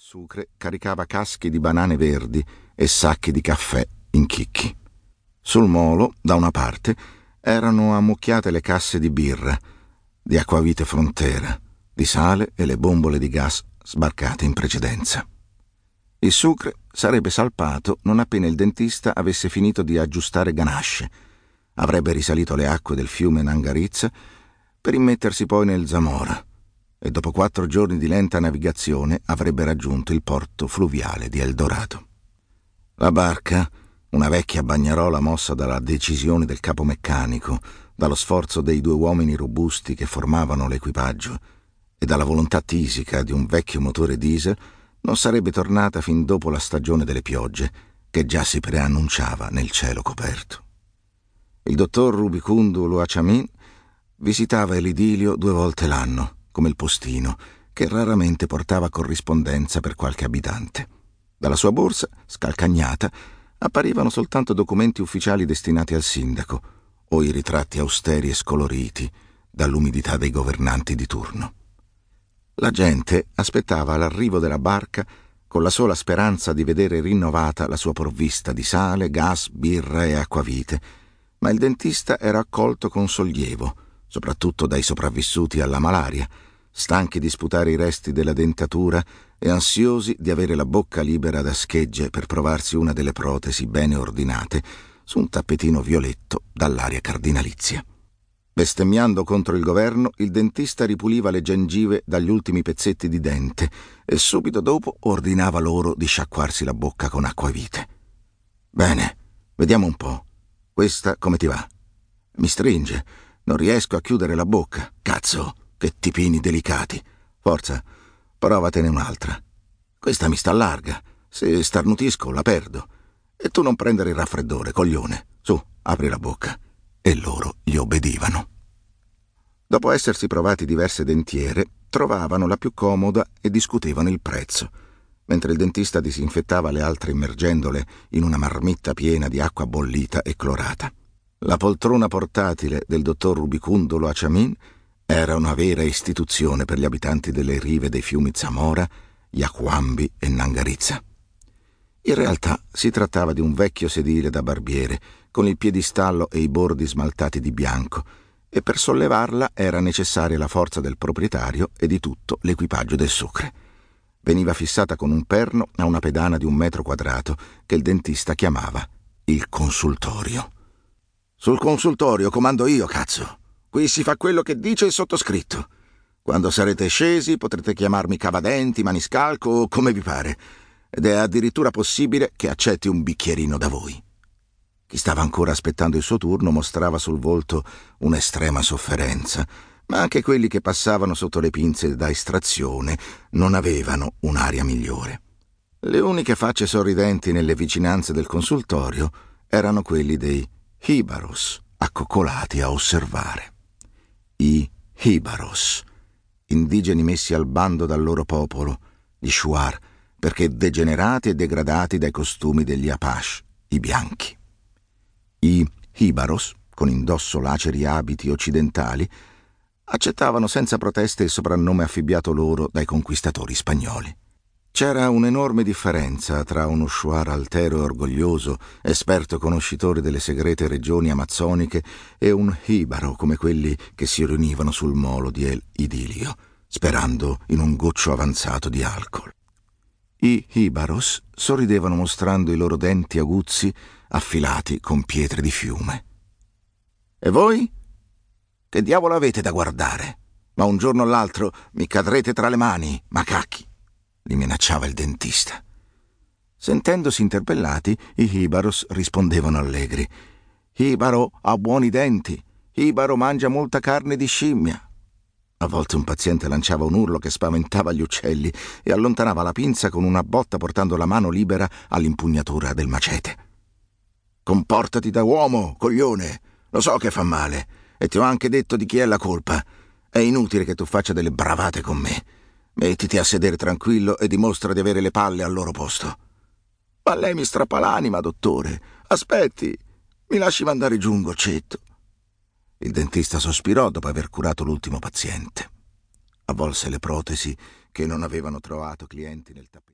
Sucre caricava caschi di banane verdi e sacchi di caffè in chicchi. Sul molo, da una parte, erano ammucchiate le casse di birra, di acquavite Frontera, di sale e le bombole di gas sbarcate in precedenza. Il Sucre sarebbe salpato non appena il dentista avesse finito di aggiustare ganasce. Avrebbe risalito le acque del fiume Nangarizza per immettersi poi nel Zamora e dopo 4 giorni di lenta navigazione avrebbe raggiunto il porto fluviale di Eldorado. La barca, una vecchia bagnarola mossa dalla decisione del capomeccanico, dallo sforzo dei 2 uomini robusti che formavano l'equipaggio e dalla volontà tisica di un vecchio motore diesel, non sarebbe tornata fin dopo la stagione delle piogge che già si preannunciava nel cielo coperto. Il dottor Rubikundu Luachamin visitava l'idilio 2 volte l'anno, come il postino, che raramente portava corrispondenza per qualche abitante. Dalla sua borsa, scalcagnata, apparivano soltanto documenti ufficiali destinati al sindaco o i ritratti austeri e scoloriti dall'umidità dei governanti di turno. La gente aspettava l'arrivo della barca con la sola speranza di vedere rinnovata la sua provvista di sale, gas, birra e acquavite, ma il dentista era accolto con sollievo, soprattutto dai sopravvissuti alla malaria, stanchi di sputare i resti della dentatura e ansiosi di avere la bocca libera da schegge per provarsi una delle protesi bene ordinate su un tappetino violetto dall'aria cardinalizia. Bestemmiando contro il governo, il dentista ripuliva le gengive dagli ultimi pezzetti di dente e subito dopo ordinava loro di sciacquarsi la bocca con acquavite. «Bene, vediamo un po'. Questa come ti va?» «Mi stringe. Non riesco a chiudere la bocca. Cazzo, che tipini delicati. Forza, provatene un'altra. Questa mi sta larga. Se starnutisco la perdo. E tu non prendere il raffreddore, coglione. Su, apri la bocca». E loro gli obbedivano. Dopo essersi provati diverse dentiere, trovavano la più comoda e discutevano il prezzo, mentre il dentista disinfettava le altre immergendole in una marmitta piena di acqua bollita e clorata. La poltrona portatile del dottor Rubikundu Luachamin era una vera istituzione per gli abitanti delle rive dei fiumi Zamora, Yacuambi e Nangarizza. In realtà si trattava di un vecchio sedile da barbiere, con il piedistallo e i bordi smaltati di bianco, e per sollevarla era necessaria la forza del proprietario e di tutto l'equipaggio del Sucre. Veniva fissata con un perno a una pedana di 1 metro quadrato che il dentista chiamava il consultorio. «Sul consultorio comando io, cazzo! Qui si fa quello che dice il sottoscritto. Quando sarete scesi potrete chiamarmi Cavadenti, Maniscalco o come vi pare, ed è addirittura possibile che accetti un bicchierino da voi». Chi stava ancora aspettando il suo turno mostrava sul volto un'estrema sofferenza, ma anche quelli che passavano sotto le pinze da estrazione non avevano un'aria migliore. Le uniche facce sorridenti nelle vicinanze del consultorio erano quelli dei Jibaros, accoccolati a osservare. I Jibaros, indigeni messi al bando dal loro popolo, gli Shuar, perché degenerati e degradati dai costumi degli Apache, i bianchi. I Jibaros, con indosso laceri abiti occidentali, accettavano senza proteste il soprannome affibbiato loro dai conquistatori spagnoli. C'era un'enorme differenza tra uno Shuar altero e orgoglioso, esperto conoscitore delle segrete regioni amazzoniche, e un Jibaro come quelli che si riunivano sul molo di El Idilio, sperando in un goccio avanzato di alcol. I Jibaros sorridevano mostrando i loro denti aguzzi affilati con pietre di fiume. «E voi? Che diavolo avete da guardare? Ma un giorno o l'altro mi cadrete tra le mani, macacchi!» li minacciava il dentista. Sentendosi interpellati, i Jibaros rispondevano allegri. «Jibaro ha buoni denti. Jibaro mangia molta carne di scimmia». A volte un paziente lanciava un urlo che spaventava gli uccelli e allontanava la pinza con una botta portando la mano libera all'impugnatura del macete. «Comportati da uomo, coglione! Lo so che fa male e ti ho anche detto di chi è la colpa. È inutile che tu faccia delle bravate con me. Mettiti a sedere tranquillo e dimostra di avere le palle al loro posto». «Ma lei mi strappa l'anima, dottore. Aspetti, mi lasci mandare giù un goccetto». Il dentista sospirò dopo aver curato l'ultimo paziente. Avvolse le protesi che non avevano trovato clienti nel tappeto.